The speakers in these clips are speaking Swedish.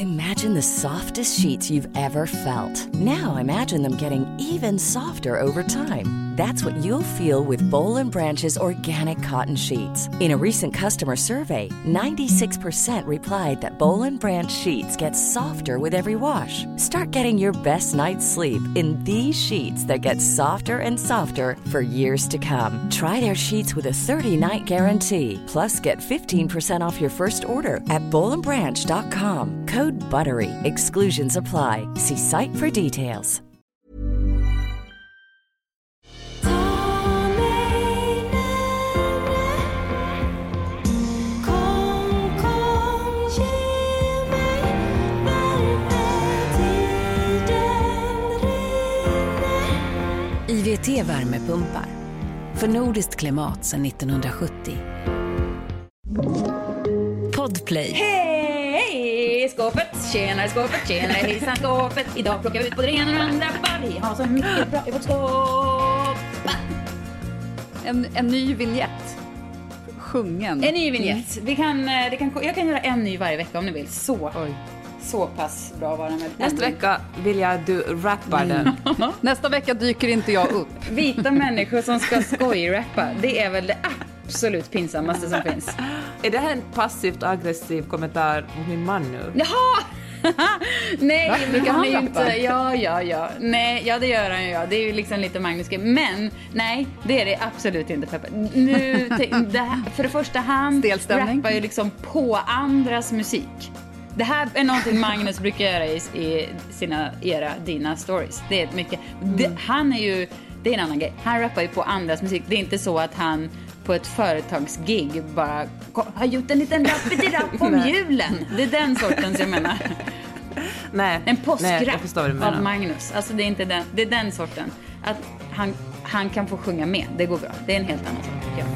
Imagine the softest sheets you've ever felt. Now imagine them getting even softer over time. That's what you'll feel with Boll & Branch's organic cotton sheets. In a recent customer survey, 96% replied that Boll & Branch sheets get softer with every wash. Start getting your best night's sleep in these sheets that get softer and softer for years to come. Try their sheets with a 30-night guarantee. Plus, get 15% off your first order at bollandbranch.com. Code BUTTERY. Exclusions apply. See site for details. IVT-värmepumpar. För nordiskt klimat sedan 1970. Podplay. Hej, skåpet. Tjenare skåpet. Tjenare hejsan skåpet. Idag plockar vi ut både det ena och det andra. Vi har så mycket bra i vårt skåp. En ny vignett. Sjungen. En ny vignett. Jag kan göra en ny varje vecka om ni vill. Så pass bra var den. Nästa vecka vill jag att du rappar den. Nästa vecka dyker inte jag upp. Vita människor som ska skojrappa. Det är väl det absolut pinsammaste som finns. Är det här en passivt aggressiv kommentar mot min man nu? Jaha! Nej, brukar han inte. Ja. Nej, ja det gör han ju. Ja. Det är ju liksom lite Magnus. Men nej, det är det absolut inte, Peppe. Nu, för det första, han rappar ju liksom på andras musik. Det här är någonting Magnus brukar göra i dina stories. Det är mycket. Han är ju, det är en annan grej. Han rappar ju på andras musik. Det är inte så att han på ett företagsgig bara har gjort en liten rapp om julen. Det är den sorten som jag menar. Nej. En påskrapp av Magnus. Alltså det är inte den. Det är den sorten. Att han kan få sjunga med. Det går bra. Det är en helt annan sak tycker jag.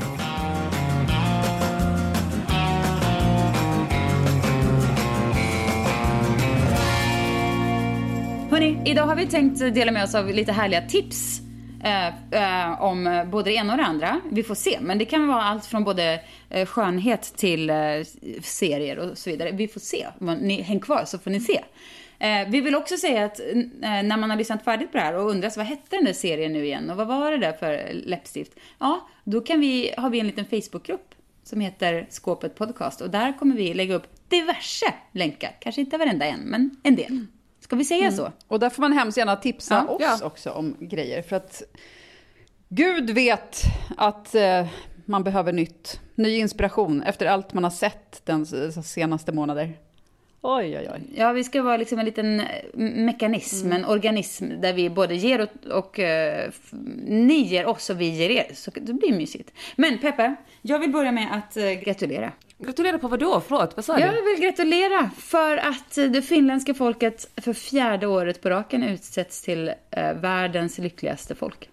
Hörrni, idag har vi tänkt dela med oss av lite härliga tips om både det ena och det andra. Vi får se, men det kan vara allt från både skönhet till serier och så vidare. Vi får se. Häng kvar så får ni se. Vi vill också säga att när man har lyssnat färdigt på det här och undrar vad hette den där serien nu igen och vad var det där för läppstift? Ja, då har vi en liten Facebookgrupp som heter Skåpet Podcast och där kommer vi lägga upp diverse länkar. Kanske inte varenda en, men en del. Ska vi säga så? Och där får man hemskt gärna tipsa oss också om grejer. För att Gud vet att man behöver ny inspiration efter allt man har sett den senaste månader. Oj. Ja, vi ska vara liksom en liten mekanism, en organism där vi både ger och ni ger oss och vi ger er. Så det blir mysigt. Men Peppe, jag vill börja med att gratulera. Gratulera på vad då? Förlåt, vad sa du? Jag vill gratulera för att det finländska folket för 4:e året på raken utsätts till världens lyckligaste folk.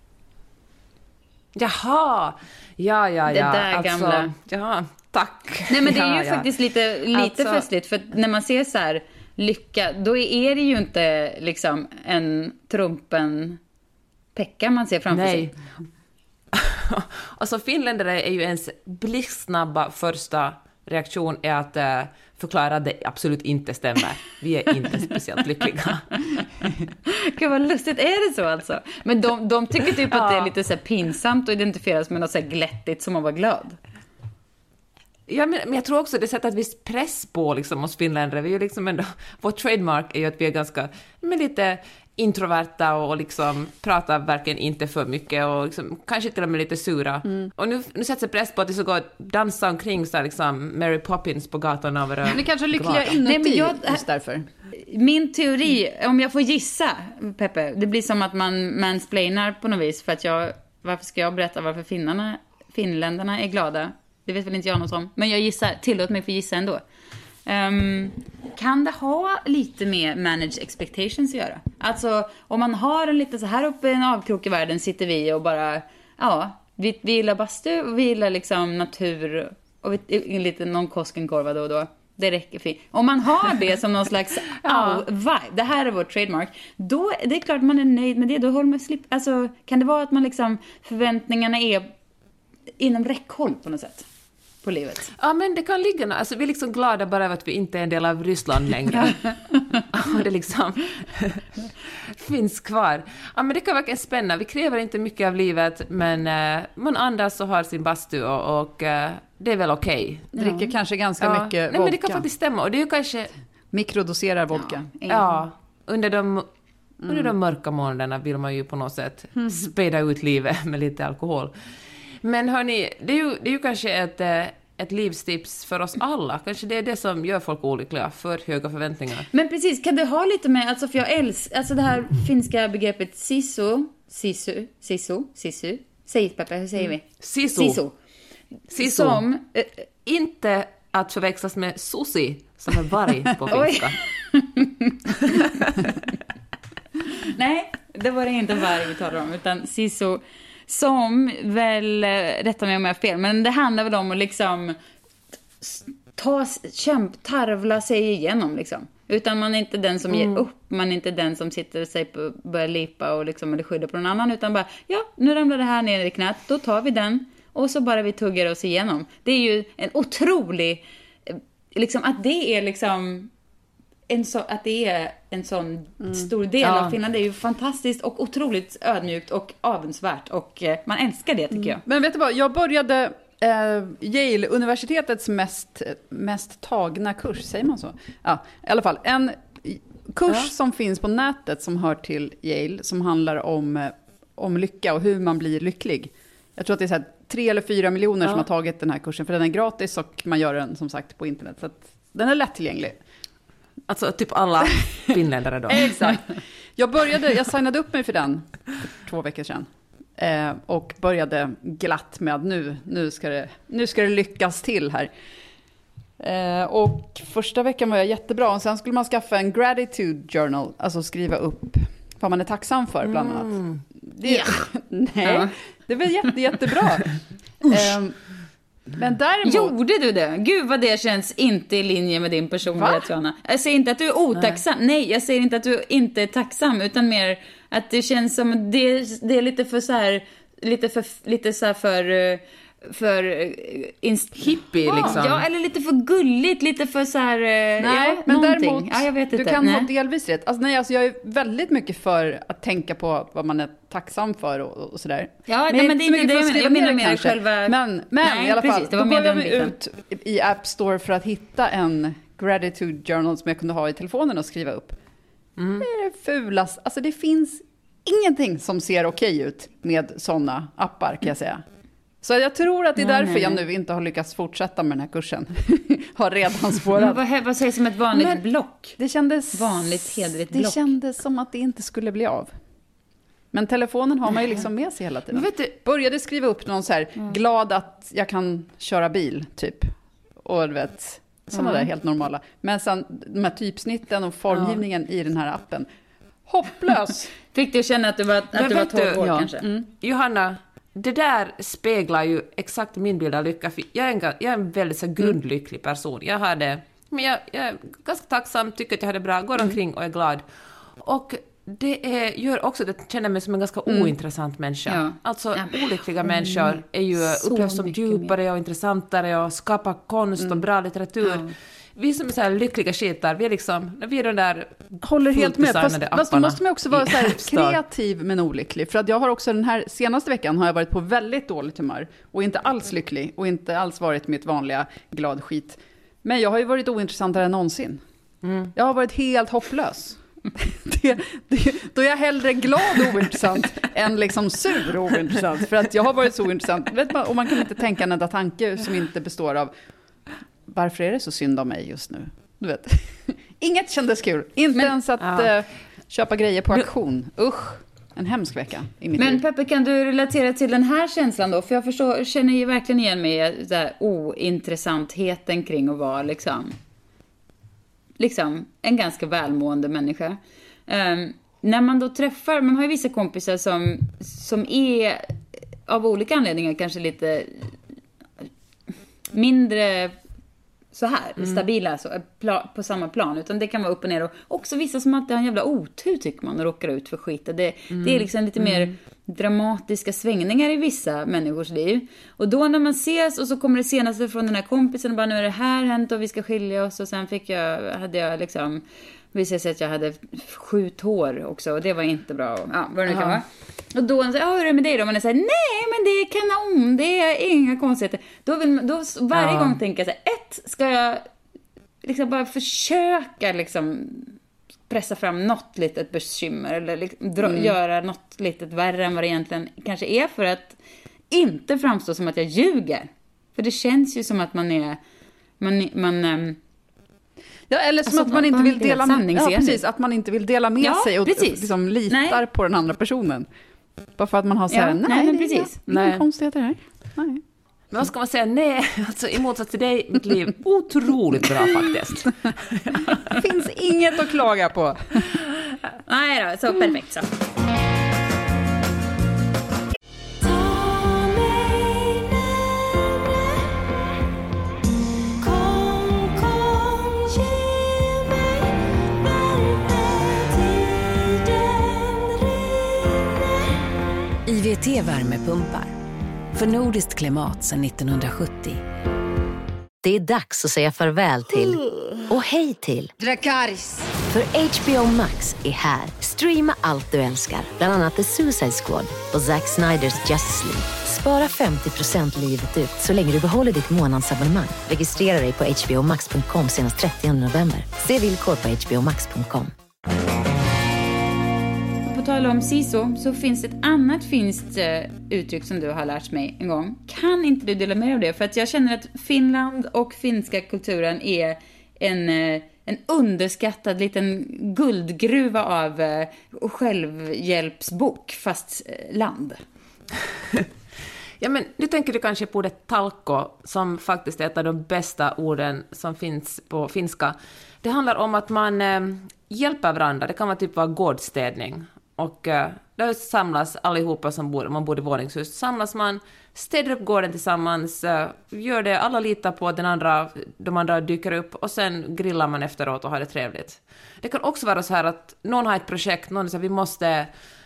Jaha, ja. Det där gamla. Ja, tack. Nej, men det är ju faktiskt lite festligt. För när man ser så här lycka, då är det ju inte liksom en trumpen Pekka man ser framför sig. Alltså finländare är ju ens blixtsnabba första reaktion är att förklara att det absolut inte stämmer. Vi är inte speciellt lyckliga. Gud vad lustigt, är det så alltså? Men de tycker typ att det är lite så här pinsamt att identifieras med något så här glättigt som att vara glad. Ja, men jag tror också det sätter ett visst press på liksom, oss finländare. Vi är ju liksom ändå, vår trademark är ju att vi är ganska lite introverta och liksom pratar verkligen inte för mycket och liksom, kanske till och med lite sura. Och nu sätter sig press på att det ska gå att dansa omkring så här, liksom Mary Poppins på gatan över. Men det kanske är lyckliga inuti just därför. Min teori, om jag får gissa, Peppe, det blir som att man mansplainar på något vis för att varför ska jag berätta varför finländarna är glada? Det vet väl inte jag något om. Men jag gissar, tillåt mig för gissa ändå. Kan det ha lite med manage expectations att göra? Alltså, om man har en lite så här uppe i en avkrok i världen sitter vi och bara, vi gillar bastu och vi gillar liksom natur och lite någon Koskenkorva då och då. Det räcker för. Om man har det som någon slags vibe, det här är vår trademark, då det är klart man är nöjd med det. Då håller man alltså, kan det vara att man liksom förväntningarna är inom räckhåll på något sätt? på livet. Ja, men det kan ligga... Alltså, vi är liksom glada bara över att vi inte är en del av Ryssland längre. Och det liksom finns kvar. Ja, men det kan verkligen spänna. Vi kräver inte mycket av livet, men man andas och har sin bastu och det är väl okej. Dricker kanske ganska mycket vodka. Nej, men det kan faktiskt stämma. Och det är ju kanske... Mikrodoserar vodka. Ja, under de mörka månaderna vill man ju på något sätt späda ut livet med lite alkohol. Men hörni, det är ju kanske ett livstips för oss alla. Kanske det är det som gör folk olyckliga, för höga förväntningar. Men precis, kan du ha lite med, alltså för jag älskar, alltså det här finska begreppet sisu. Säg Peppe, hur säger vi? Sisu. Som... inte att förväxlas med sushi, som är varg på finska. Nej, det var det inte varg vi talade om, utan sisu. Som väl, rätta mig om jag har fel, men det handlar väl om att liksom tarvla sig igenom liksom. Utan man är inte den som ger upp, man är inte den som sitter sig på, börjar lipa och liksom, eller skydda på någon annan, utan bara, ja, nu ramlar det här ner i knät, då tar vi den och så bara vi tuggar oss igenom. Det är ju en otrolig, liksom att det är liksom att det är en sån stor del av Finland, det är ju fantastiskt och otroligt ödmjukt och avundsvärt, och man älskar det tycker jag. Men vet du vad, jag började Yale-universitetets mest tagna kurs, säger man så? Ja, i alla fall en kurs som finns på nätet som hör till Yale, som handlar om lycka och hur man blir lycklig. Jag tror att det är så här 3 eller 4 miljoner som har tagit den här kursen, för den är gratis och man gör den som sagt på internet, så att den är lättillgänglig. Alltså typ alla finländare då. Exakt. Jag signade upp mig för den för 2 veckor sedan. Och började glatt med att nu ska det lyckas till här. Och första veckan var jag jättebra. Och sen skulle man skaffa en gratitude journal. Alltså skriva upp vad man är tacksam för bland annat. Det var jättebra. Men däremot... Gjorde du det? Gud vad det känns inte i linje med din personlighet, Johanna. Jag säger inte att du är otacksam. Nej, jag säger inte att du inte är tacksam, utan mer att det känns som det är lite för så här, lite så här för hippie liksom. Ja, eller lite för gulligt, lite för så här nej, men någonting. Däremot, jag vet inte. Du kan ha delvis rätt. Alltså jag är väldigt mycket för att tänka på vad man är tacksam för och sådär. Ja, men det är inte det jag menar mer själva. Men nej, i alla fall, då började vi ut i App Store för att hitta en gratitude journal som jag kunde ha i telefonen och skriva upp. Det är det fulast. Alltså det finns ingenting som ser okej ut med sådana appar, kan jag säga. Så jag tror att det är därför jag nu inte har lyckats fortsätta med den här kursen. Har redan spårat. Men vad sägs som ett vanligt block? Det kändes... Vanligt hederligt block. Det kändes som att det inte skulle bli av. Men telefonen har man ju liksom med sig hela tiden. Men vet du, började skriva upp någon så här, glad att jag kan köra bil, typ. Och du vet, sådana där helt normala. Men sen de här typsnitten och formgivningen i den här appen. Hopplös! Fick du känna att du var 12 år kanske? Johanna, det där speglar ju exakt min bild av lycka. Jag är en väldigt så grundlycklig person. Jag är ganska tacksam, tycker att jag har det bra, går omkring och är glad. Och det gör också att jag känner mig som en ganska ointressant människa. Ja. Alltså olyckliga människor är ju upplevs som djupare och intressantare och skapar konst och bra litteratur. Ja. Vi som är så här lyckliga skitar, vi är den där... Håller helt med. Fast då måste man också vara så här kreativ men olycklig. För att jag har också den här senaste veckan har jag varit på väldigt dåligt humör. Och inte alls lycklig. Och inte alls varit mitt vanliga glad skit. Men jag har ju varit ointressantare än någonsin. Jag har varit helt hopplös. Då är jag hellre glad och ointressant än liksom sur och ointressant. För att jag har varit så ointressant. Vet man, och man kan inte tänka en enda tanke som inte består av varför är det så synd om mig just nu? Du vet. Inget kändes kul. Inte ens att köpa grejer på auktion. Usch, en hemsk vecka i mitt liv. Peppe, kan du relatera till den här känslan då? För jag känner ju verkligen igen mig i där ointressantheten kring att vara liksom en ganska välmående människa. När man då träffar, man har ju vissa kompisar som är av olika anledningar kanske lite mindre så här stabila så, på samma plan, utan det kan vara upp och ner, och också vissa som alltid har en jävla otur tycker man och råkar ut för skit. Det är liksom lite mer dramatiska svängningar i vissa människors liv. Och då när man ses och så kommer det senaste från den här kompisen och bara, nu är det här hänt och vi ska skilja oss, och sen hade jag liksom, visade sig att jag hade 7 tår också, och det var inte bra, och, ja, vad det nu kan vara. Och då säger hur är det med dig då? Man säger, nej men det är kanon, det är inga konstigheter. Då varje gång tänker jag så här, ska jag liksom bara försöka liksom pressa fram något litet bekymmer, eller liksom göra något litet värre än vad det egentligen kanske är, för att inte framstå som att jag ljuger. För det känns ju som att man är ja, eller som att man inte vill dela att man inte vill dela med sig och liksom litar på den andra personen. Bara för att man har så här, nej, men precis. Inga konstigheter här. Nej. Men vad ska man säga? Nej, alltså i motsats till dig, mitt liv otroligt bra faktiskt. Finns inget att klaga på. Nej då, så perfekt så. IVT-värmepumpar. För nordiskt klimat sedan 1970. Det är dags att säga farväl till och hej till Dracarys. För HBO Max är här. Streama allt du älskar, bland annat The Suicide Squad och Zack Snyders Justice League. Spara 50% livet ut så länge du behåller ditt månadsabonnemang. Registrera dig på hbomax.com senast 30 november. Se villkor på hbomax.com. På tal om SISO så finns det ett annat finskt uttryck som du har lärt mig en gång. Kan inte du dela med dig av det? För att jag känner att Finland och finska kulturen är en underskattad liten guldgruva av självhjälpsbok, fast land. Ja, men nu tänker du kanske på det talko, som faktiskt är ett av de bästa orden som finns på finska. Det handlar om att man hjälper varandra. Det kan vara typ vara gårdstädning. Och där samlas allihopa som man bor i våningshus. Samlas man, städar upp gården tillsammans, gör det, alla litar på att de andra dyker upp, och sen grillar man efteråt och har det trevligt. Det kan också vara så här att någon har ett projekt, någon säger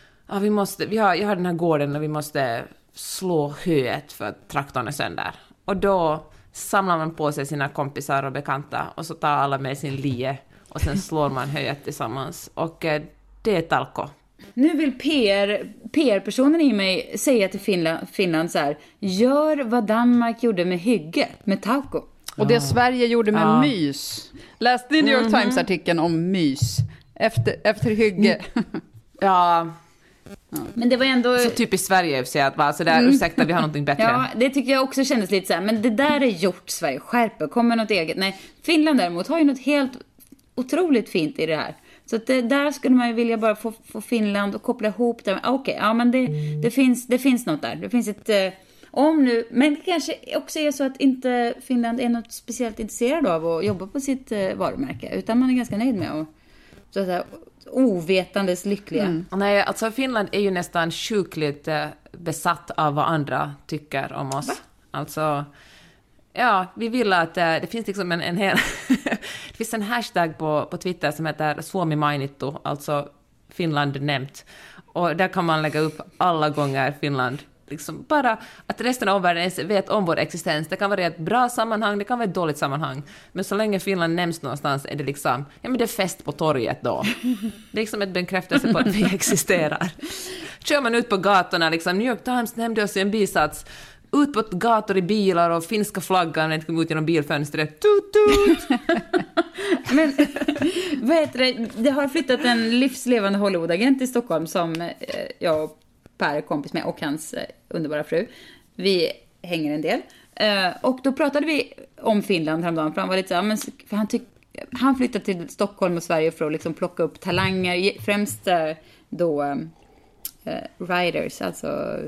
jag har den här gården och vi måste slå höet för att traktorn är sönder. Och då samlar man på sig sina kompisar och bekanta, och så tar alla med sin lie och sen slår man höet tillsammans. Och det är talko. Nu vill PR-personen i mig säga till Finland så här: gör vad Danmark gjorde med hygge, med talko. Och det Sverige gjorde med mys. Läste ni New York Times-artikeln om mys? Efter hygge. Ja. Men det var ändå så typiskt Sverige att säga att bara så där, ursäkta, vi har någonting bättre. Ja, det tycker jag också kändes lite så här, men det där är gjort, Sverige skärper, kommer något eget. Nej, Finland däremot har ju något helt otroligt fint i det här. Så att där skulle man ju vilja bara få Finland och koppla ihop det. Okej, ja, men det finns något där. Det finns ett men det kanske också är så att inte Finland är något speciellt intresserad av att jobba på sitt varumärke, utan man är ganska nöjd med att så att säga ovetandes lyckliga. Nej, alltså Finland är ju nästan sjukligt besatt av vad andra tycker om oss. Va? Alltså, ja, vi vill att det finns liksom en hel det finns en hashtag på Twitter som heter Suomi mainittu, alltså Finland nämnt. Och där kan man lägga upp alla gånger Finland, liksom bara att resten av världen vet om vår existens. Det kan vara ett bra sammanhang, det kan vara ett dåligt sammanhang. Men så länge Finland nämns någonstans är det liksom, ja men det är fest på torget då. Det är liksom ett bekräftelse på att vi existerar. Kör man ut på gatorna, liksom, New York Times nämnde oss i en bisats, ut på gator i bilar och finska flaggan inte kom ut genom bilfönstret. Tut, tut. Men det har flyttat en livslevande Hollywood-agent i Stockholm som jag och Per är kompis med, och hans underbara fru. Vi hänger en del. Och då pratade vi om Finland häromdagen, för han var lite så här, för han flyttade till Stockholm och Sverige för att liksom plocka upp talanger, främst då writers, alltså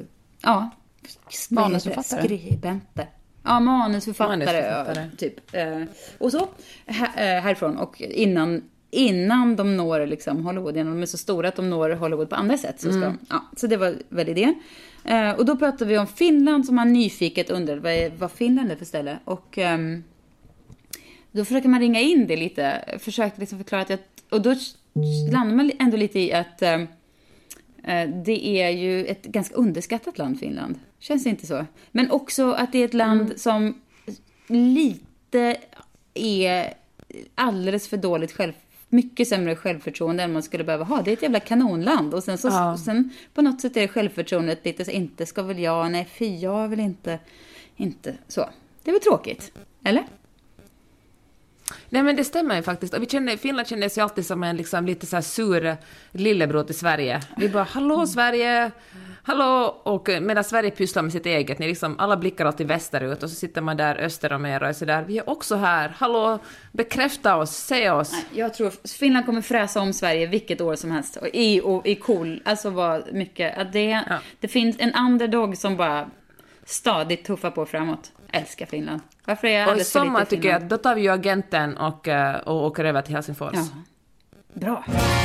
skribenter. Ja, manusförfattare. Typ. Och så härifrån, och innan de når liksom Hollywood, de är så stora att de når Hollywood på andra sätt. Så det var väl idén. Och då pratade vi om Finland, som han nyfiket undrade vad Finland är för ställe. Och då försöker man ringa in det lite. Försöker liksom förklara att och då landar man ändå lite i att det är ju ett ganska underskattat land, Finland. Känns det inte så? Men också att det är ett land som lite är alldeles för dåligt mycket sämre självförtroende än man skulle behöva ha. Det är ett jävla kanonland. Och sen, sen på något sätt är det självförtroendet lite så, inte ska väl jag, nej fy jag vill inte så. Det är väl tråkigt, eller? Nej, men det stämmer ju faktiskt. Och Finland känner sig alltid som en liksom, lite så här sur lillebror till Sverige. Vi bara, hallå Sverige, hallå, och medan Sverige pysslar med sitt eget, ni liksom, alla blickar alltid västerut och så sitter man där öster om er och så där, vi är också här, hallå, bekräfta oss, säg oss. Nej, jag tror Finland kommer fräsa om Sverige vilket år som helst, och i cool, alltså vad mycket, att det finns en underdog som bara stadigt tuffar på framåt. Älskar Finland. Varför är jag alldeles för lite i Finland? Och i sommar tycker jag att då tar vi ju agenten och åker över till Helsingfors. Ja. Bra.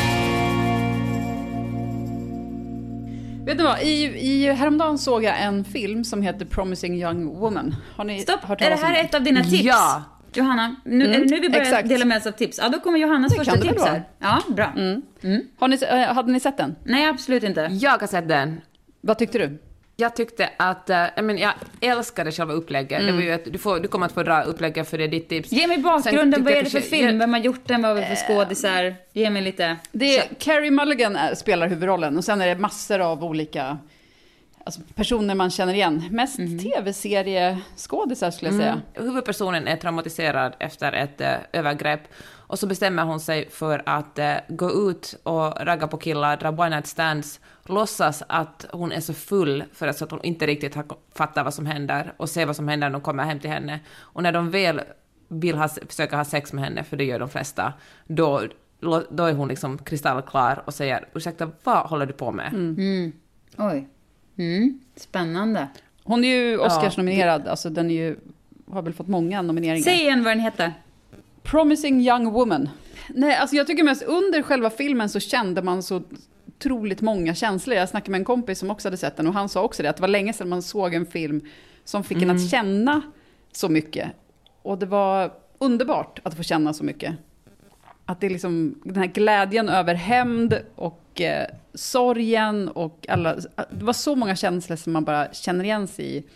Vet du vad, häromdagen såg jag en film som heter Promising Young Woman. Har ni Stopp, är det här ett av dina tips? Ja. Johanna, nu vi börjar exakt. Dela med oss av tips. Ja, då kommer Johannas första tips här. Ja, bra. Hade ni sett den? Nej, absolut inte. Jag har sett den. Vad tyckte du? Jag tyckte att, jag älskade själva upplägget. Det var ju att du kommer att få dra upplägget för det är ditt tips. Ge mig bakgrunden, vad är det för film? Vem har gjort den? Vad är det för skådisar? Ge mig lite. Det är Carey Mulligan spelar huvudrollen och sen är det massor av olika personer man känner igen. Mest tv-serieskådisar skulle jag säga. Huvudpersonen är traumatiserad efter ett övergrepp. Och så bestämmer hon sig för att gå ut och ragga på killar, dra one night stands, låtsas att hon är så full för att hon inte riktigt fattar vad som händer och ser vad som händer när de kommer hem till henne. Och när de väl vill försöka ha sex med henne, för det gör de flesta, då är hon liksom kristallklar och säger, ursäkta, vad håller du på med? Oj. Spännande. Hon är ju Oscars-nominerad, alltså den är ju, har väl fått många nomineringar. Säg igen vad den heter. Promising Young Woman. Nej, alltså jag tycker mest under själva filmen så kände man så otroligt många känslor. Jag snackade med en kompis som också hade sett den och han sa också det, att det var länge sedan man såg en film som fick en att känna så mycket. Och det var underbart att få känna så mycket. Att det är liksom den här glädjen över hämnd och sorgen och alla, det var så många känslor som man bara känner igen sig i.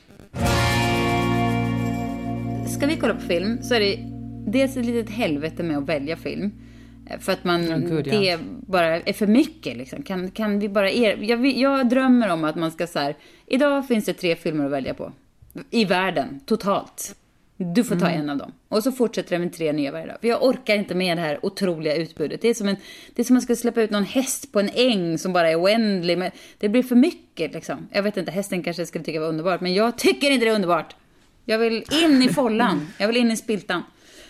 Ska vi kolla på film så är det dels ett litet helvete med att välja film. För att det bara är för mycket liksom. Kan vi bara jag drömmer om att man ska så här, idag finns det 3 filmer att välja på i världen totalt. Du får ta en av dem. Och så fortsätter det med 3 nya varje dag. För jag orkar inte med det här otroliga utbudet. Det är som att man ska släppa ut någon häst på en äng som bara är oändlig. Men det blir för mycket liksom. Jag vet inte, hästen kanske skulle tycka det var underbart. Men jag tycker inte det är underbart. Jag vill in i follan. Jag vill in i spiltan.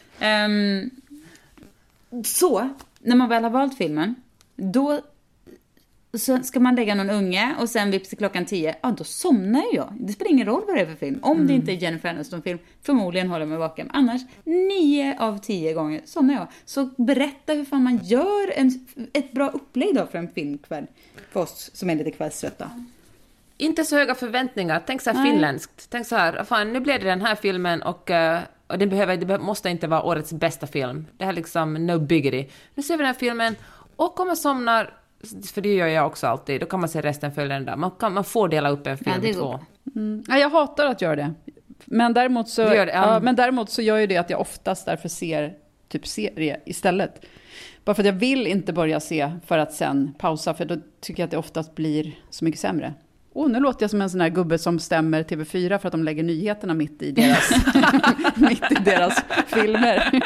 Så, när man väl har valt filmen, då så ska man lägga någon unge och sen vips till klockan 10. Ja, då somnar jag. Det spelar ingen roll vad det är för film. Om det inte är Jennifer Aniston-film, förmodligen håller jag mig vaken. Annars, 9 av 10 gånger somnar jag. Så berätta hur fan man gör ett bra upplägg då för en filmkväll. För oss som är lite kvällströtta. Inte så höga förväntningar. Tänk så här finländskt. Tänk så här, fan, nu blev det den här filmen och det måste inte vara årets bästa film. Det här är liksom no biggity. Nu ser vi den här filmen och om man somnar, för det gör jag också alltid, då kan man se resten följande dag. Man får dela upp en film i 2. Ja, jag hatar att göra det. Men däremot så gör ju det att jag oftast därför ser typ serie istället. Bara för att jag vill inte börja se för att sen pausa, för då tycker jag att det oftast blir så mycket sämre. Nu låter jag som en sån här gubbe som stämmer TV4 för att de lägger nyheterna mitt i deras filmer.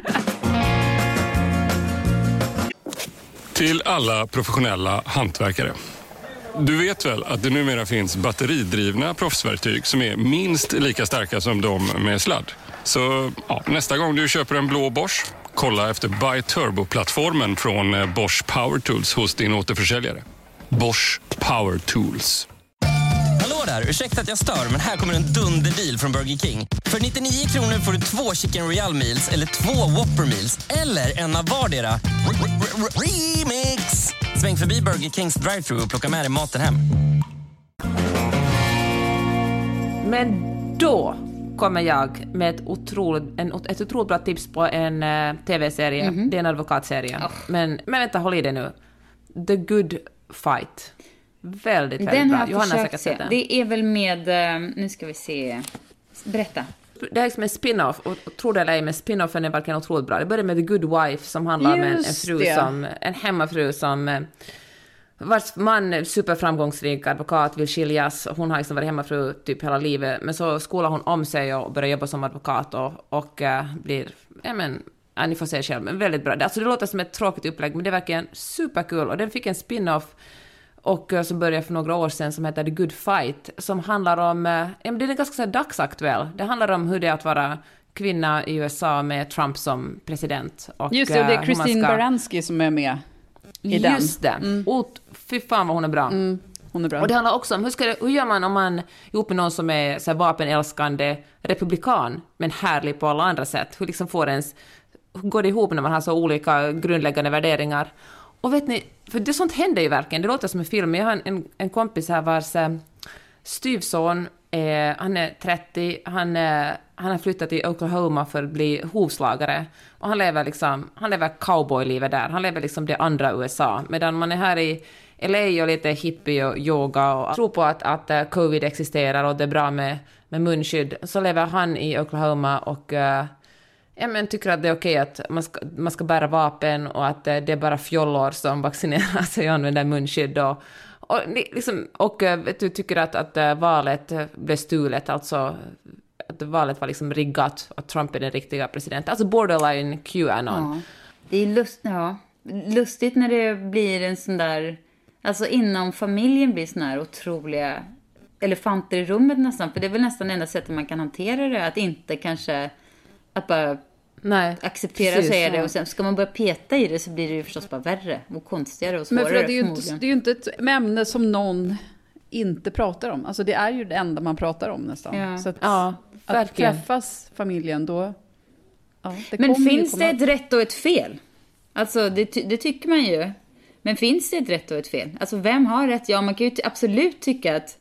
Till alla professionella hantverkare. Du vet väl att det numera finns batteridrivna proffsverktyg som är minst lika starka som de med sladd. Så nästa gång du köper en blå Bosch, kolla efter Buy Turbo-plattformen från Bosch Power Tools hos din återförsäljare. Bosch Power Tools. Hallå där, ursäkta att jag stör, men här kommer en dunderdeal från Burger King. För 99 kronor får du 2 Chicken Royal Meals eller 2 Whopper Meals eller en av vardera. Remix! Sväng förbi Burger Kings drive-thru och plocka med dig maten hem. Men då kommer jag med ett otroligt bra tips på en tv-serie. Det är en advokatserie. Men vänta, håll i det nu. The Good Fight. Väldigt bra. Johanna har säkert sett den. Det är väl med, nu ska vi se, berätta. Det är liksom en spin-off, och tror det eller ej, men spin-offen är verkligen otroligt bra. Det börjar med The Good Wife som handlar om en hemmafru som vars man är superframgångsrik advokat, vill skiljas. Hon har liksom varit hemmafru typ hela livet, men så skolar hon om sig och börjar jobba som advokat och blir, ni får se själv, men väldigt bra. Alltså det låter som ett tråkigt upplägg, men det är verkligen superkul. Och den fick en spin-off och som började för några år sedan som heter The Good Fight, som handlar om, det är ganska så dagsaktuell. Det handlar om hur det är att vara kvinna i USA med Trump som president. Och, just det, och det är Christine Baranski som är med i den. Just det. Fy fan vad hon är bra. Hon är bra. Och det handlar också om hur gör man om man är ihop med någon som är så här vapenälskande republikan men härlig på alla andra sätt. Hur liksom går det ihop när man har så olika grundläggande värderingar. Och vet ni, för det sånt händer ju verkligen. Det låter som en film. Jag har en kompis här vars styvson, han är 30, han har flyttat till Oklahoma för att bli hovslagare. Och han lever cowboylivet där. Han lever liksom det andra USA. Medan man är här i LA och lite hippie och yoga och tror på att covid existerar och det är bra med munskydd. Så lever han i Oklahoma och tycker att det är okej att man ska bära vapen och att det är bara fjollor som vaccinerar sig och använder munskydd. Och tycker att valet blev stulet, alltså att valet var liksom riggat, att Trump är den riktiga presidenten. Alltså borderline QAnon. Ja. Det är lustigt när det blir en sån där, alltså inom familjen blir sån här otroliga elefanter i rummet nästan, för det är väl nästan det enda sättet man kan hantera det, att inte kanske att bara acceptera och säga det, och sen ska man börja peta i det så blir det ju förstås bara värre och konstigare och svårare. Men för det är ju inte ett ämne som någon inte pratar om. Alltså det är ju det enda man pratar om nästan. Ja. Så att träffas familjen då. Ja, men finns det ett rätt och ett fel? Alltså det tycker man ju. Men finns det ett rätt och ett fel? Alltså vem har rätt? Ja, man kan ju absolut tycka att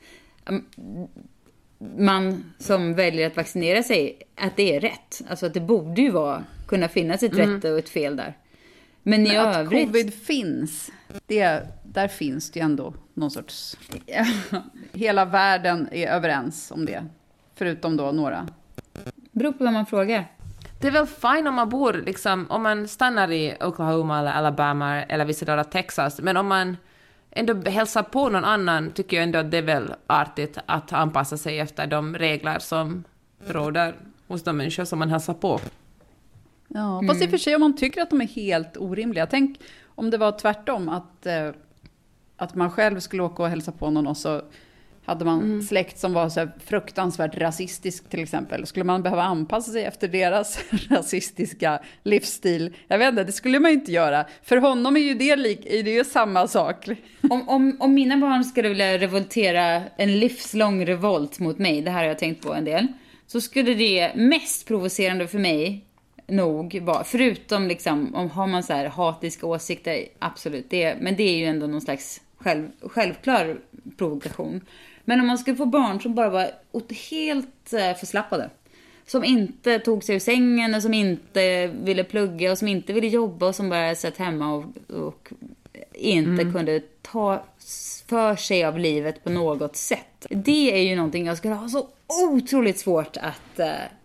man som väljer att vaccinera sig, att det är rätt. Alltså att det borde ju kunna finnas ett rätt och ett fel där. Men i att övrigt... covid finns, där finns det ju ändå någon sorts... Hela världen är överens om det. Förutom då några. Beror på vad man frågar. Det är väl fine om man bor, liksom, om man stannar i Oklahoma eller Alabama eller vissa delar av Texas. Men om man ändå hälsar på någon annan, tycker jag ändå att det är väl artigt att anpassa sig efter de regler som råder hos de människor som man hälsar på. Ja, fast i och för sig om man tycker att de är helt orimliga. Tänk om det var tvärtom, att man själv skulle åka och hälsa på någon och så hade man släkt som var så här fruktansvärt rasistisk till exempel. Skulle man behöva anpassa sig efter deras rasistiska livsstil? Jag vet inte, det skulle man inte göra. För honom är ju det ju samma sak. Om mina barn skulle vilja revoltera en livslång revolt mot mig, det här har jag tänkt på en del, så skulle det mest provocerande för mig nog vara, förutom liksom, om har man så här hatiska åsikter, absolut, men det är ju ändå någon slags självklar provokation. Men om man skulle få barn som bara var helt förslappade, som inte tog sig ur sängen och som inte ville plugga och som inte ville jobba och som bara satt hemma och inte kunde ta för sig av livet på något sätt. Det är ju någonting jag skulle ha så otroligt svårt att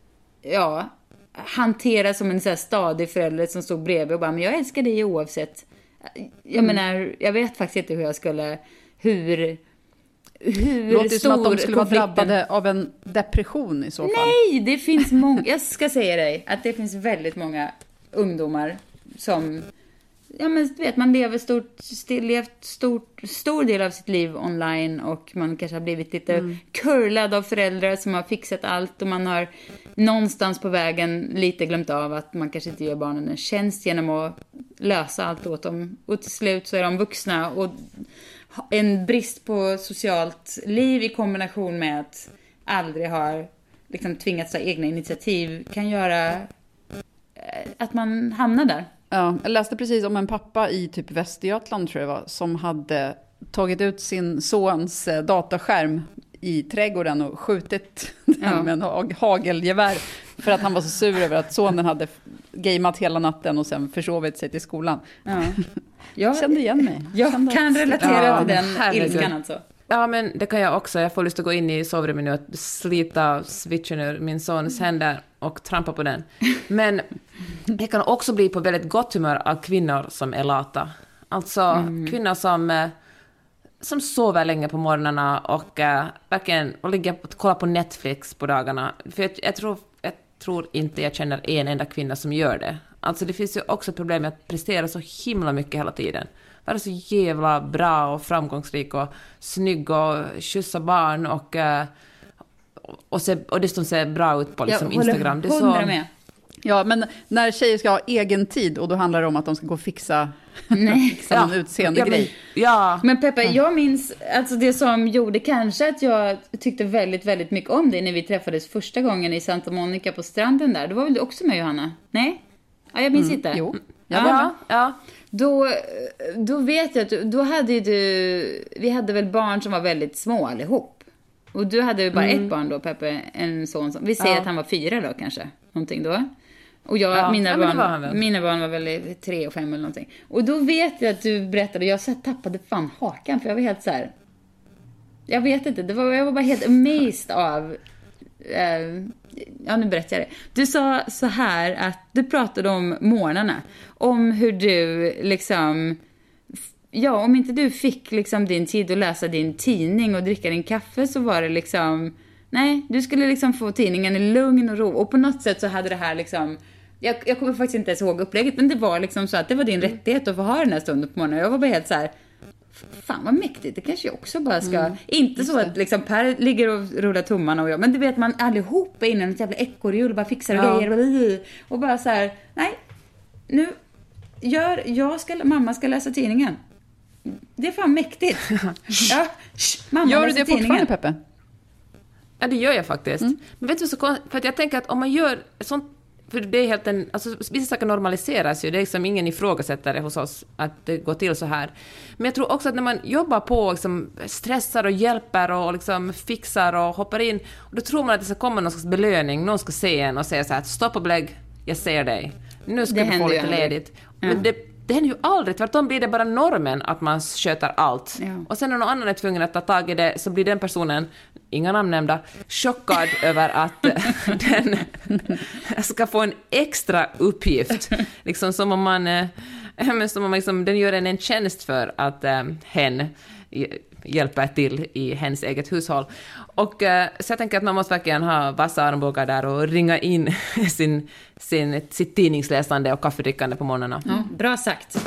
hantera som en så här stadig förälder som stod bredvid och bara, men jag älskar dig oavsett. Jag menar, jag vet faktiskt inte hur jag skulle, hur låter det som att de skulle vara drabbade av en depression i så fall. Nej, det finns många, jag ska säga dig att det finns väldigt många ungdomar som, ja men du vet, man lever stor del av sitt liv online och man kanske har blivit lite curlad av föräldrar som har fixat allt och man har någonstans på vägen lite glömt av att man kanske inte gör barnen en tjänst genom att lösa allt åt dem, och till slut så är de vuxna och en brist på socialt liv i kombination med att aldrig har liksom tvingats ta egna initiativ kan göra att man hamnar där. Ja, jag läste precis om en pappa i typ Västergötland tror jag var, som hade tagit ut sin sons dataskärm i trädgården och skjutit den med en hagelgevär för att han var så sur över att sonen hade gameat hela natten och sen försovit sig till skolan. Ja. Jag kände igen mig. Jag kan relatera till den ilskan alltså. Ja, men det kan jag också. Jag får lust att gå in i sovrummet nu och slita switchen ur min sons händer och trampa på den. Men jag kan också bli på väldigt gott humör av kvinnor som är lata. Alltså kvinnor som sover länge på morgnarna och verkligen och ligger och kollar på Netflix på dagarna. För jag tror inte jag känner en enda kvinna som gör det. Alltså det finns ju också problem med att prestera så himla mycket hela tiden. Vara så jävla bra och framgångsrik och snygg och skjutsa barn och dessutom ser bra ut på liksom Instagram. Det är så... med. Ja, men när tjejer ska ha egen tid och då handlar det om att de ska gå och fixa en utseende grej. Men Peppe, jag minns alltså det som gjorde kanske att jag tyckte väldigt, väldigt mycket om dig när vi träffades första gången i Santa Monica på stranden där. Då var väl du också med, Johanna? Nej? Ja, jag minns inte. Jo. Ja. Då vet jag att då hade vi hade väl barn som var väldigt små allihop. Och du hade ju bara ett barn då, Peppe, en son som, vi säger att han var 4 då kanske, någonting då. Och mina barn var väl 3 och 5 eller någonting. Och då vet jag att du berättade, jag så tappade fan hakan för jag var helt så här. Jag vet inte, jag var bara helt amazed av nu berättar jag det. Du sa så här att du pratade om morgnarna, om hur du liksom, om inte du fick liksom din tid att läsa din tidning och dricka din kaffe så var det liksom, nej, du skulle liksom få tidningen i lugn och ro. Och på något sätt så hade det här liksom, jag kommer faktiskt inte ens ihåg upplägget, men det var liksom så att det var din rättighet att få ha den här stunden på morgonen. Jag var bara helt så här, fan vad mäktigt, det kanske jag också bara ska, inte så att liksom Per ligger och rullar tummarna och men det vet man allihop innan ett jävla ekorrhjul och bara fixar och grejer och bara så här, nej, nu mamma ska läsa tidningen. Det är fan mäktigt. Mamma gör du läser det fortfarande, Peppe? Ja, det gör jag faktiskt. Men vet du så för att jag tänker att om man gör sånt, för det är helt alltså vissa saker normaliseras ju, det är liksom ingen ifrågasätter det hos oss att det går till så här. Men jag tror också att när man jobbar på liksom stressar och hjälper och liksom fixar och hoppar in, och då tror man att det ska komma någon slags belöning, någon ska se en och säga så här, stopp och belägg, jag ser dig, nu ska du få lite ledigt. Men det händer ju aldrig, tvärtom blir det bara normen att man sköter allt. Och sen när någon annan är tvungen att ta tag i det så blir den personen, inga namn nämnda, chockad över att den ska få en extra uppgift. Liksom som om man liksom, den gör en tjänst för att hen hjälper till i hens eget hushåll. Och så jag tänker att man måste verkligen ha vassa armbågar där och ringa in sitt tidningsläsande och kaffedrickande på morgnarna. Ja, bra sagt.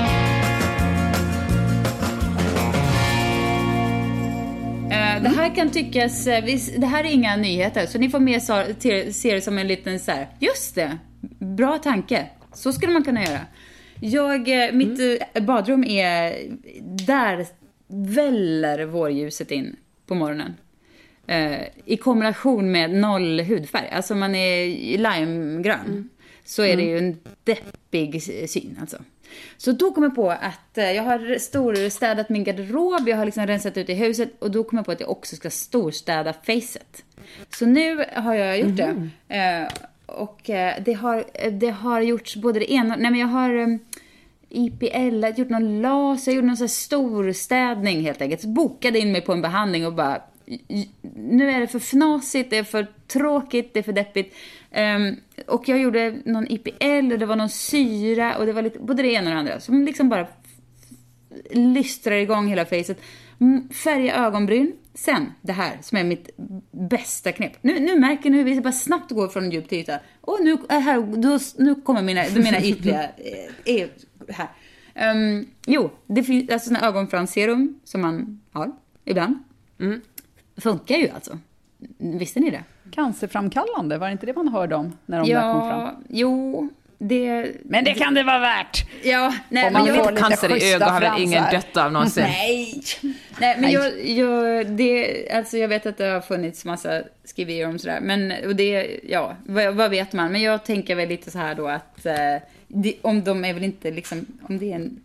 Det här kan tyckas, det här är inga nyheter, så ni får mer se det som en liten så här, just det, bra tanke, så skulle man kunna göra. Mitt badrum är, där väller vårljuset in på morgonen. I kombination med 0 hudfärg, alltså man är limegrön, så är det ju en deppig syn alltså. Så då kom jag på att jag har storstädat min garderob, jag har liksom rensat ut i huset, och då kom jag på att jag också ska storstäda facet. Så nu har jag gjort det. Och det har gjorts både det ena, nej men jag har IPL, jag har gjort någon laser, jag gjorde någon sån här storstädning helt enkelt. Så bokade in mig på en behandling och bara, nu är det för fnasigt, det är för tråkigt, det är för deppigt. Och jag gjorde någon IPL och det var någon syra och det var lite, både det ena och det andra som liksom bara lystrar igång hela facet. Färga ögonbryn. Sen det här som är mitt bästa knep. Nu märker ni hur vi bara snabbt går från djup till yta. Och nu kommer mina ytliga här. Det finns alltså såna ögonfransserum som man har ibland. Funkar ju alltså. Visste ni det? Cancerframkallande, var det inte det man hörde om när de där kom fram? Jo, men det kan det vara värt. Ja, nej, om man får lite cancer i ögon har väl ingen dött av någonsin. Nej, men jag vet att det har funnits massa skriverier om sådär, men och det, vad vet man? Men jag tänker väl lite så här då att om de är väl inte liksom, om det är en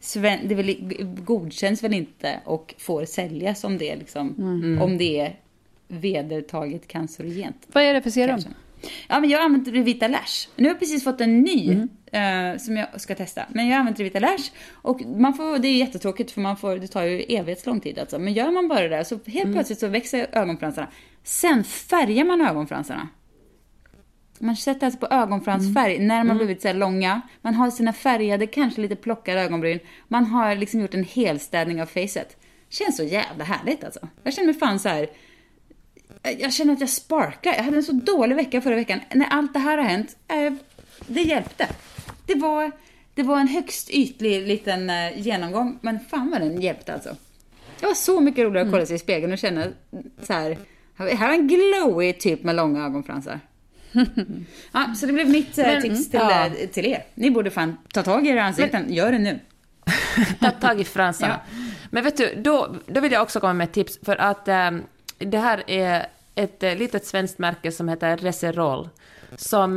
det väl godkänns väl inte och får säljas som det liksom, om det är vedertaget cancerogent. Vad är det för serum? Kanske. Ja, men jag har använt Revita Lash. Nu har jag precis fått en ny som jag ska testa. Men jag har använt Revita Lash och det är jättetråkigt för det tar ju evighetslång tid alltså. Men gör man bara det där så helt plötsligt så växer ögonfransarna. Sen färgar man ögonfransarna. Man sätter alltså på ögonfransfärg när man blivit så här långa. Man har sina färgade, kanske lite plockade ögonbryn. Man har liksom gjort en helstädning av facet. Känns så jävla härligt alltså. Jag känner mig fan så här. Jag känner att jag sparklar. Jag hade en så dålig vecka förra veckan. När allt det här har hänt, det hjälpte. Det var en högst ytlig liten genomgång. Men fan vad den hjälpte alltså. Det var så mycket roligare att kolla sig i spegeln och känna så här. Här är en glowy typ med långa ögonfransar. Ja, så det blev mitt tips till er. Ni borde fan ta tag i era ansikten. Gör det nu. Ta tag i fransarna. Ja. Men vet du, då vill jag också komma med ett tips. För att det här är ett litet svenskt märke som heter Reserol. Som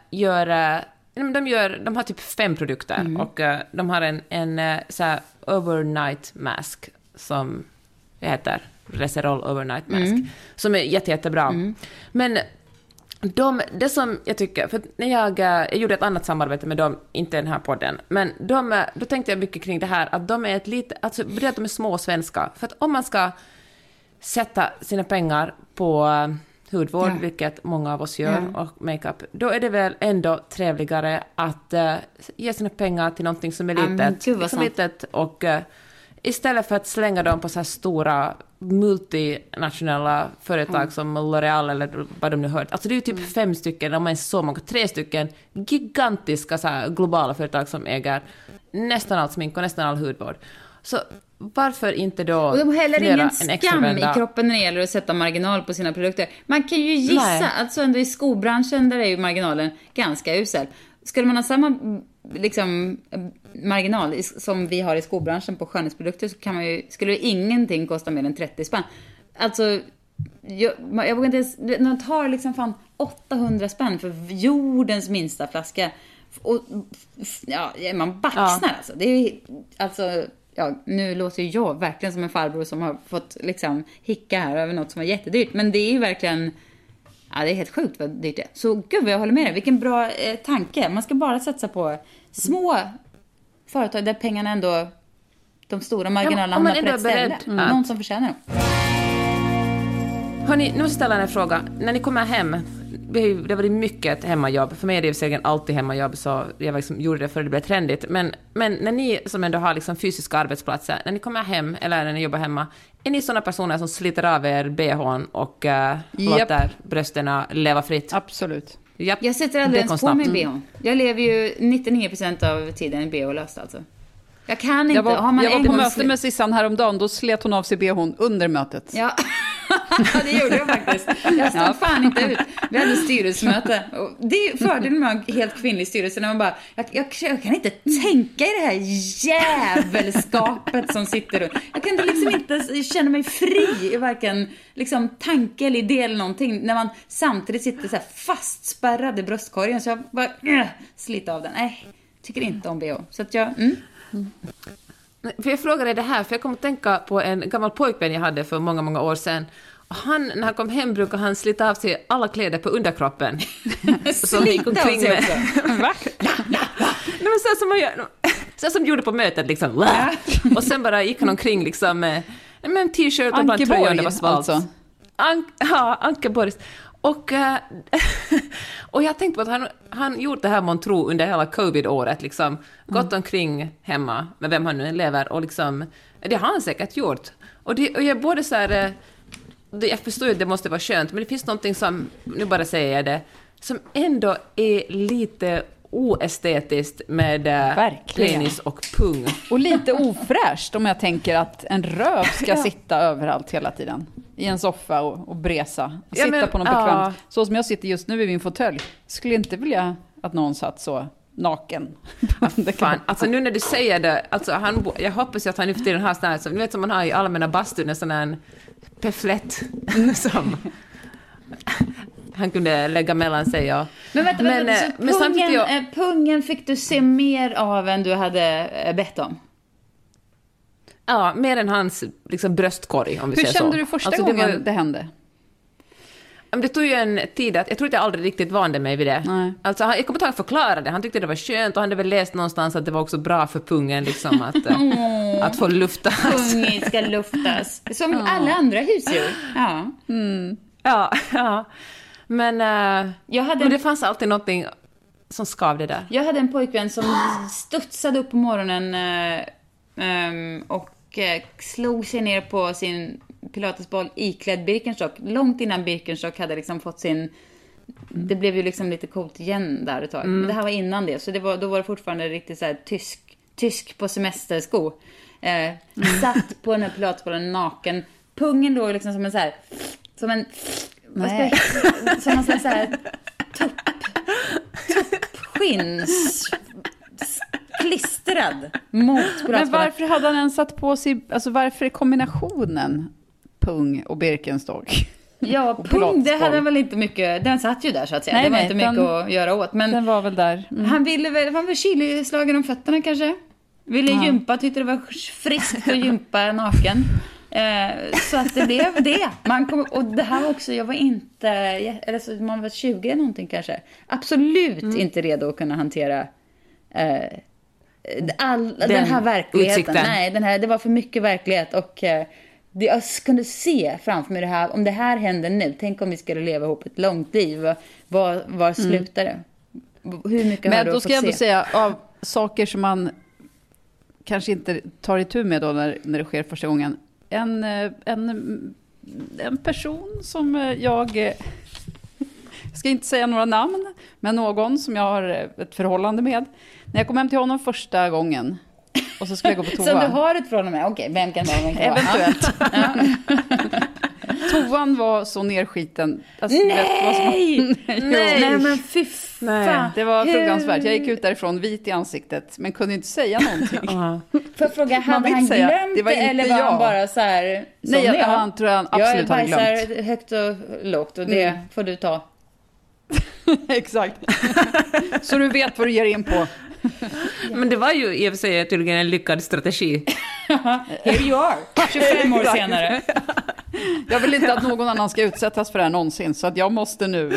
de har typ 5 produkter. Och de har en så här overnight mask som heter Reserol overnight mask. Som är jättebra. Men det som jag tycker, för när jag gjorde ett annat samarbete med dem, inte den här podden, men då tänkte jag mycket kring det här, att de är att de är små svenska. För att om man ska sätta sina pengar på hudvård, vilket många av oss gör, och makeup, då är det väl ändå trevligare att ge sina pengar till någonting som är litet och istället för att slänga dem på så här stora multinationella företag som L'Oreal eller vad de nu hört. Alltså det är ju typ 5 stycken, om man är så många, 3 stycken gigantiska så här globala företag som äger nästan allt smink och nästan all hudvård. Så varför inte då och de häller ingen skam i kroppen när det gäller att sätta marginal på sina produkter. Man kan ju gissa, alltså ändå i skobranschen där är ju marginalen ganska usel. Skulle man ha samma liksom marginal som vi har i skobranschen på skönhetsprodukter så kan skulle ingenting kosta mer än 30 spänn. Alltså jag vågar inte ens, de tar liksom fan 800 spänn för jordens minsta flaska och man baxnar alltså. Det är alltså nu låter ju jag verkligen som en farbror som har fått liksom hicka här över något som var jättedyrt, men det är ju verkligen det är helt sjukt vad dyrt det är. Så gud vad jag håller med dig. Vilken bra tanke. Man ska bara satsa på små företag där pengarna ändå, de stora marginalerna hamnar på rätt ställe. Någon som förtjänar dem. Hörrni, nu måste jag ställa en fråga. När ni kommer hem, det var mycket hemmajobb. För mig är det säkert alltid hemmajobb, så jag liksom gjorde det för att det blev trendigt. Men när ni som ändå har liksom fysiska arbetsplatser, när ni kommer hem eller när ni jobbar hemma, är ni sådana personer som sliter av er BH:n och låter brösterna leva fritt? Absolut. Japp. Jag sätter aldrig ens på mig BH:n. Jag lever ju 99% av tiden BH-löst alltså. Jag kan inte. Jag var på möte med Sissan häromdagen, då slet hon av sig BH:n under mötet. Ja, det gjorde jag faktiskt. Jag stod fan inte ut. Vi hade styrelsemöte. Och det är fördelen med en helt kvinnlig styrelse när man bara, jag kan inte tänka i det här jävelskapet som sitter runt. Jag kan liksom inte känna mig fri i varken liksom tanke eller idé eller någonting när man samtidigt sitter så här fastspärrad i bröstkorgen, så jag bara sliter av den. Nej, tycker inte om BH. Så att jag För jag frågade det här, för jag kom att tänka på en gammal pojkvän jag hade för många år sedan. Och när han kom hem brukade han slita av sig alla kläder på underkroppen. Som gick omkring med. Va? Nej, men så som gjorde på mötet liksom. Och sen bara gick han omkring liksom med en t-shirt och bara en tröja, det var svalt. Alltså. Anke Boris. Och jag tänkte på att han gjort det här Montro under hela covid-året liksom, gått omkring hemma med vem han nu lever, och liksom, det har han säkert gjort, och jag är både så här, jag förstår ju att det måste vara skönt, men det finns någonting som, nu bara säger jag det, som ändå är lite oestetiskt med penis och pung. Och lite ofräscht om jag tänker att en röv ska sitta överallt hela tiden. I en soffa och bresa. Och sitta på något bekvämt. Så som jag sitter just nu i min fåtölj. Skulle inte vilja att någon satt så naken. Fan. Alltså nu när du säger det, alltså jag hoppas att han nu för tiden har sån här, som, ni vet som man har i allmänna bastun, en sån här peflett som han kunde lägga mellan sig. Och, men vänta, pungen fick du se mer av än du hade bett om? Ja, mer än hans liksom, bröstkorg, om vi Hur säger så. kände du första gången det hände? Det tog ju en tid jag tror att jag aldrig riktigt vande mig vid det. Nej. Alltså, jag kommer inte ihåg att förklara det. Han tyckte det var skönt och han hade väl läst någonstans att det var också bra för pungen liksom, att få luftas. Pungen ska luftas. Som alla andra husdjur. Ja. Ja. Men det fanns alltid någonting som skavde där. Jag hade en pojkvän som studsade upp på morgonen och slog sig ner på sin pilatesboll iklädd Birkenstock. Långt innan Birkenstock hade liksom fått sin... Det blev ju liksom lite coolt igen där ett tag. Men det här var innan det. Så då var det fortfarande riktigt så här tysk på semestersko. Satt på den här pilatesbollen naken. Pungen låg liksom som en så här... Som en... Som en så här... Tuppskins... klistrad mot pilatesbollen. Men varför hade han ens satt på sig... Alltså varför är kombinationen pung och Birkenstock? Ja, pung, det hade väl inte mycket... Den satt ju där så att säga. Det var inte mycket att göra åt. Men den var väl där. Han var väl kylislagen om fötterna kanske. Ville gympa, tyckte det var friskt att gympa naken. Så att det blev det. Och det här också, jag var inte... Eller så man var 20 någonting kanske. Absolut inte redo att kunna hantera... den här verkligheten. Utsikten. Nej, det var för mycket verklighet och jag kunde se framför mig det här, om det här händer nu, tänk om vi skulle leva ihop ett långt liv, var slutar det? Hur mycket har du fått se? Men då ska jag ändå säga, av saker som man kanske inte tar itu med då när det sker första gången, en person som jag ska inte säga några namn, men någon som jag har ett förhållande med. När jag kom hem till honom första gången och så skulle jag gå på toa. Så du har ett förhållande med? Okej, vem kan det vara? Eventuellt. Toan var så nerskiten. Alltså, Nej, men fy fan. Det var fruktansvärt. Jag gick ut därifrån vit i ansiktet, men kunde inte säga någonting. För att fråga, hade han glömt det eller var han bara så här... Nej, han tror han absolut hade glömt. Jag bajsar högt och lågt och det får du ta. Exakt. Så du vet vad du ger in på. Men det var ju i och för sig tydligen en lyckad strategi. Here you are, 25 år senare. Jag vill inte att någon annan ska utsättas för det här någonsin, så att jag måste nu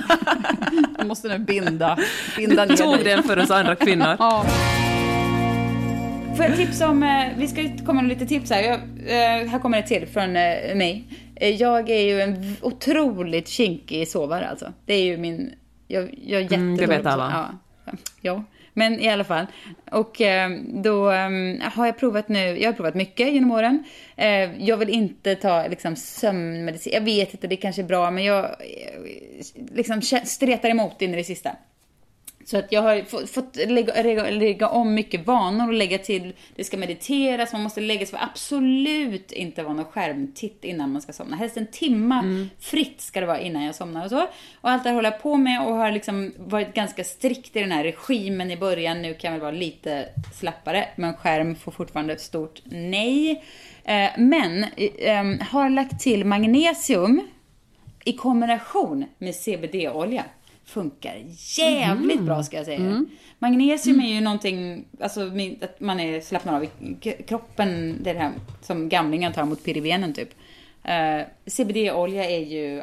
binda ner. Du tog den för oss andra kvinnor. Ja. Får jag tipsa om, vi ska komma med lite tips här. Här kommer det till från mig. Jag är ju en otroligt kinkig sovare alltså. Det är ju min... Jag är jättedålig. Det vet alla. Ja, men i alla fall. Och då har jag provat nu... Jag har provat mycket genom åren. Jag vill inte ta liksom sömnmedicin. Jag vet inte, det kanske är bra. Men jag liksom stretar emot in i det sista. Så att jag har fått lägga om mycket vanor och lägga till, det ska mediteras, man måste lägga sig för absolut inte vara någon skärmtitt innan man ska somna. Helst en timma fritt ska det vara innan jag somnar och så. Och allt det här håller jag på med och har liksom varit ganska strikt i den här regimen i början. Nu kan jag väl vara lite slappare, men skärm får fortfarande ett stort nej. Men har lagt till magnesium i kombination med CBD-olja. Funkar jävligt bra ska jag säga. Magnesium är ju någonting, alltså att man är slappnad av i kroppen, det här som gamlingar tar mot pirivenen typ. CBD-olja är ju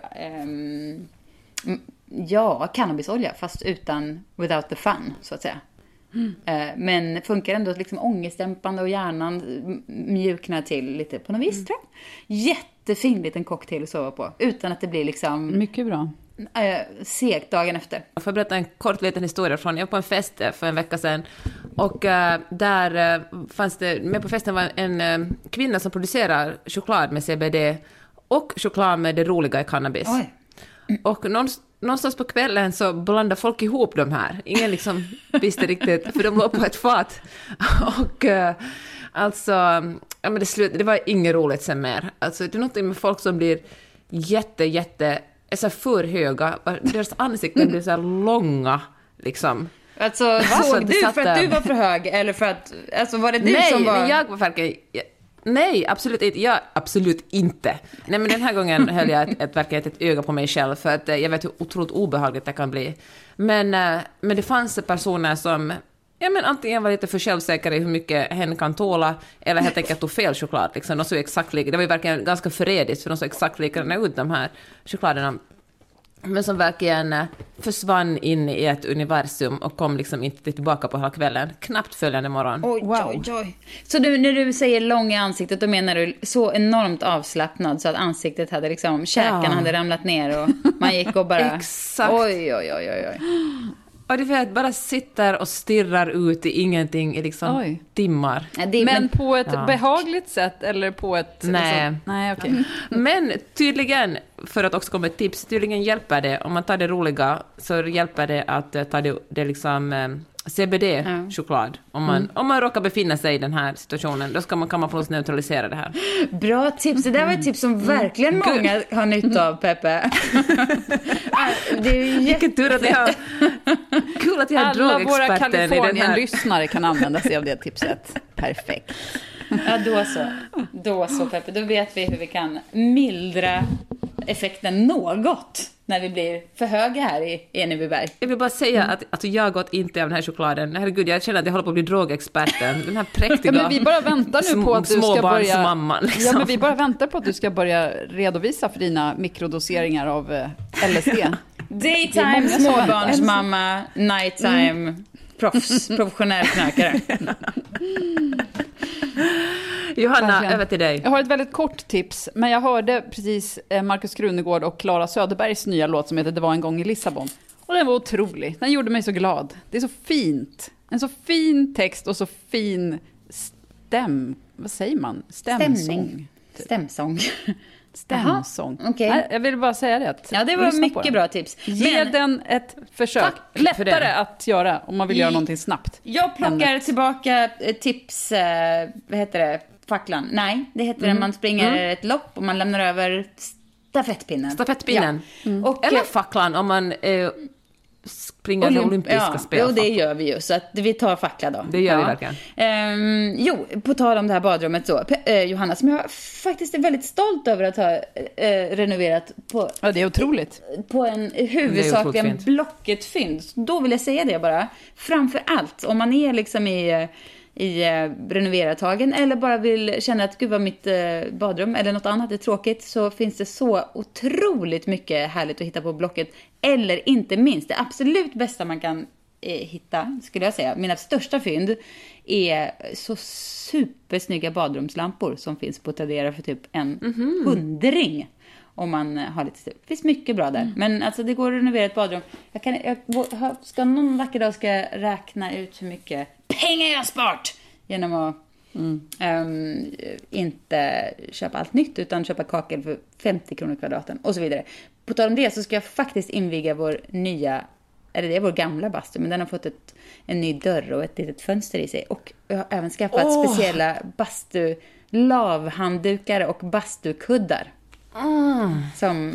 cannabisolja fast without the fun så att säga. Men funkar ändå liksom ångestdämpande och hjärnan mjuknar till lite på något vis tror jag. Jättefin liten cocktail att sova på utan att det blir liksom mycket bra. Segt dagen efter. Jag får berätta en kort liten historia från. Jag var på en fest för en vecka sedan och där fanns det, med på festen var en kvinna som producerar choklad med CBD och choklad med det roliga i cannabis. Oj. Och någonstans på kvällen så blandade folk ihop de här. Ingen liksom visste riktigt, för de låg på ett fat. Och alltså, ja, men det var inget roligt sen mer. Alltså, det är något med folk som blir jätte är så för höga. Deras ansikten blir så här långa liksom. Alltså, såg du för att du var för hög eller för att, alltså var det du som var... Nej, jag var verkligen... Nej, absolut inte. Absolut inte. Nej, men den här gången höll jag verkligen ett öga på mig själv för att jag vet hur otroligt obehagligt det kan bli. Men det fanns personer som Ja, men antingen var lite för självsäker i hur mycket hen kan tåla, eller helt enkelt tog fel choklad. Liksom. De såg exakt lika. Det var ju verkligen ganska förrädiskt, för de såg exakt likadana ut, de här chokladerna. Men som verkligen försvann in i ett universum och kom liksom inte tillbaka på hela kvällen. Knappt följande morgon. Oj. Så när du säger lång i ansiktet, då menar du så enormt avslappnad så att ansiktet hade liksom, käkarna hade ramlat ner och man gick och bara... Exakt. Oj. Och det är att bara sitter och stirrar ut i ingenting i liksom timmar. Ja, men på ett behagligt sätt eller på ett... Nej. Liksom, nej, okej. Men tydligen, för att också komma ett tips, tydligen hjälper det, om man tar det roliga, så hjälper det att ta det liksom CBD-choklad. Om man råkar befinna sig i den här situationen, då kan man på något sätt neutralisera det här. Bra tips. Det där var ett tips som verkligen många har nytta av, Peppe. Det är ju vilken tur att jag har... Kul att jag har alla våra Kalifornien-lyssnare kan använda sig av det tipset. Perfekt. Ja, då så Peppe. Då vet vi hur vi kan mildra effekten något när vi blir för höga här i Enebyberg. Jag vill bara säga att jag gått inte av den här chokladen. Herregud, jag känner att jag håller på att bli drogexperten. Den här präktiga men vi bara väntar nu på att du ska börja... Mamman, liksom. Ja, men vi bara väntar på att du ska börja redovisa för dina mikrodoseringar av LSD. Daytime, småbarnsmamma, nighttime, professionell knarkare. Johanna, över till dig. Jag har ett väldigt kort tips, men jag hörde precis Markus Krunegård och Clara Söderbergs nya låt som heter Det var en gång i Lissabon. Och den var otrolig. Den gjorde mig så glad. Det är så fint. En så fin text och så fin vad säger man? Stämsång. Stämsång. Okay. Nej, jag vill bara säga det. Ja, det var mycket bra tips. Ge den ett försök. Lättare att göra om man vill göra någonting snabbt. Jag plockar tillbaka tips, vad heter det? Facklan. Nej, det heter det. Man springer ett lopp och man lämnar över stafettpinnen. Stafettpinnen. Ja. Eller facklan om man springer olympiska spel. Jo, det gör vi ju. Så att vi tar fackla då. Det gör vi verkligen. Jo, på tal om det här badrummet så. Johanna, som jag faktiskt är väldigt stolt över att ha renoverat på... Ja, det är otroligt. På en huvudsakligen Blocket-fynd. Då vill jag säga det bara. Framför allt, om man är liksom i renoverartagen eller bara vill känna att gud vad mitt badrum eller något annat är tråkigt, så finns det så otroligt mycket härligt att hitta på Blocket. Eller inte minst, det absolut bästa man kan hitta, skulle jag säga, mina största fynd är så supersnygga badrumslampor som finns på Tradera för typ en 100. Om man har lite stöd. Det finns mycket bra där. Men alltså det går att renovera ett badrum. Ska någon vacker dag ska jag räkna ut hur mycket pengar jag har sparat genom att inte köpa allt nytt utan köpa kakel för 50 kronor kvadraten och så vidare. På tal om det så ska jag faktiskt inviga vår nya, eller det är vår gamla bastu, men den har fått en ny dörr och ett litet fönster i sig. Och jag har även skaffat speciella lavhanddukar och bastukuddar. Som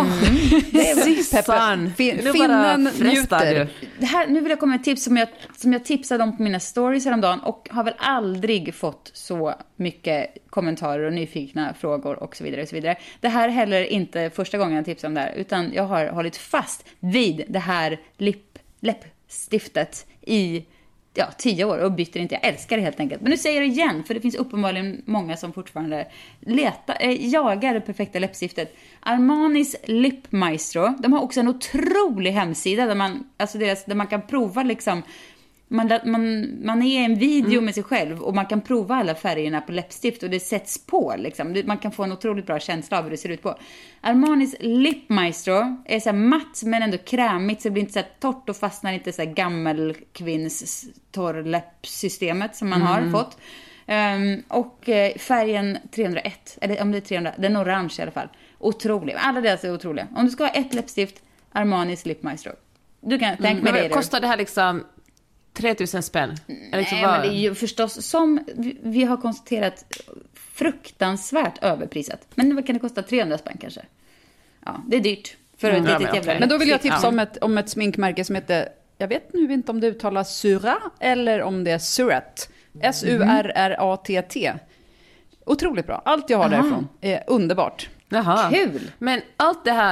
Sissan, finnen njuter. Nu vill jag komma med ett tips som jag tipsade om på mina stories häromdagen och har väl aldrig fått så mycket kommentarer och nyfikna frågor och så vidare och så vidare. Det här är heller inte första gången jag tipsar om det här, utan jag har hållit fast vid det här läppstiftet i 10 år och byter inte. Jag älskar det helt enkelt. Men nu säger jag det igen, för det finns uppenbarligen många som fortfarande jagar det perfekta läppstiftet. Armanis Lip Maestro. De har också en otrolig hemsida där man kan prova liksom. Man är i en video med sig själv och man kan prova alla färgerna på läppstift och det sätts på liksom. Man kan få en otroligt bra känsla av hur det ser ut på. Armanis Lip Maestro är så här matt men ändå krämigt, så det blir inte så här torrt och fastnar inte så här gammelkvinns torrläppsystemet som man har fått. Och färgen 301, eller om det är 300, den orange i alla fall. Otrolig. Alla deras är otroliga. Om du ska ha ett läppstift, Armanis Lip Maestro. Du kan tänka med det. Kostar det här liksom 3000 spänn? Nej, men det är ju förstås, som vi har konstaterat, fruktansvärt överprisat. Men vad kan det kosta? 300 spänn kanske? Ja, det är dyrt. Men då vill jag tipsa om ett sminkmärke som heter, jag vet nu inte om det uttalas Sura eller om det är Surat. Surratt. Otroligt bra. Allt jag har därifrån är underbart. Jaha. Kul! Men allt det här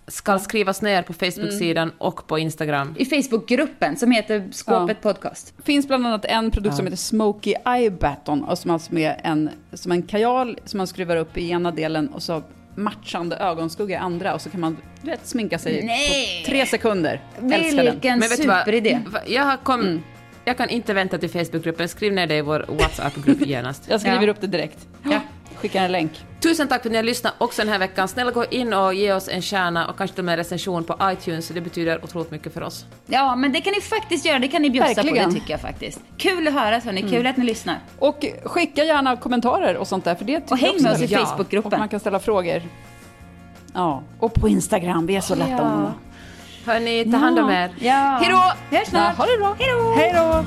ska skrivas ner på Facebook-sidan och på Instagram. I Facebook-gruppen som heter Skåpet Podcast. Det finns bland annat en produkt som heter Smoky Eye Baton, och som alltså är som en kajal som man skruvar upp i ena delen och så matchande ögonskugga i andra, och så kan man sminka sig på 3 sekunder. Vilken superidé. Jag kan inte vänta till Facebookgruppen. Skriv ner det i vår WhatsApp-grupp genast. Jag skriver upp det direkt. Ja. Skickar en länk. Tusen tack för att ni har lyssnat också den här veckan. Snälla gå in och ge oss en stjärna och kanske till och med en recension på iTunes. Det betyder otroligt mycket för oss. Ja, men det kan ni faktiskt göra. Det kan ni bjussa på, det tycker jag faktiskt. Kul att höra, hörni. Kul att ni lyssnar. Och skicka gärna kommentarer och sånt där. För det och häng med oss i Facebookgruppen. Och man kan ställa frågor. Ja, och på Instagram. Vi är så lätta att nå. Hörni, ta hand om er. Ja. Hej då! Hörs snart. Ha det bra. Hej då! Hej då!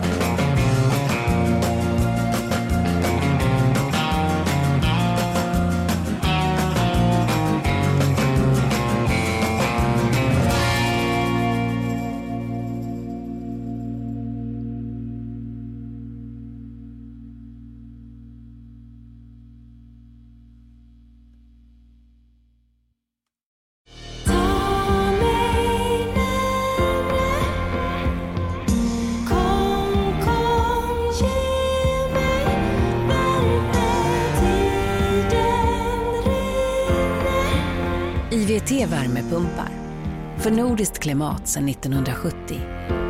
IVT-värmepumpar. För nordiskt klimat sedan 1970.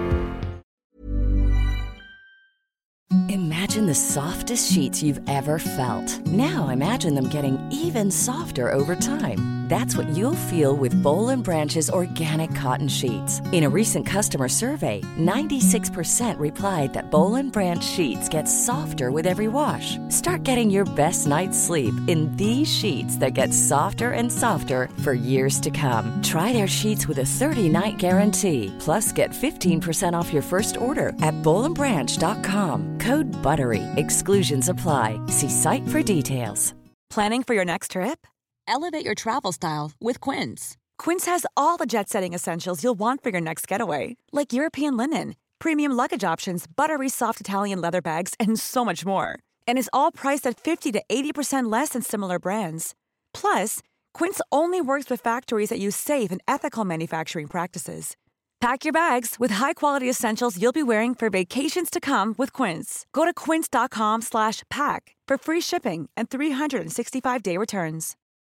Imagine the softest sheets you've ever felt. Now imagine them getting even softer over time. That's what you'll feel with Boll & Branch's organic cotton sheets. In a recent customer survey, 96% replied that Boll & Branch sheets get softer with every wash. Start getting your best night's sleep in these sheets that get softer and softer for years to come. Try their sheets with a 30-night guarantee. Plus, get 15% off your first order at bollandbranch.com. Code BUTTERY. Exclusions apply. See site for details. Planning for your next trip? Elevate your travel style with Quince. Quince has all the jet-setting essentials you'll want for your next getaway, like European linen, premium luggage options, buttery soft Italian leather bags, and so much more. And is all priced at 50 to 80% less than similar brands. Plus, Quince only works with factories that use safe and ethical manufacturing practices. Pack your bags with high-quality essentials you'll be wearing for vacations to come with Quince. Go to quince.com/pack for free shipping and 365-day returns.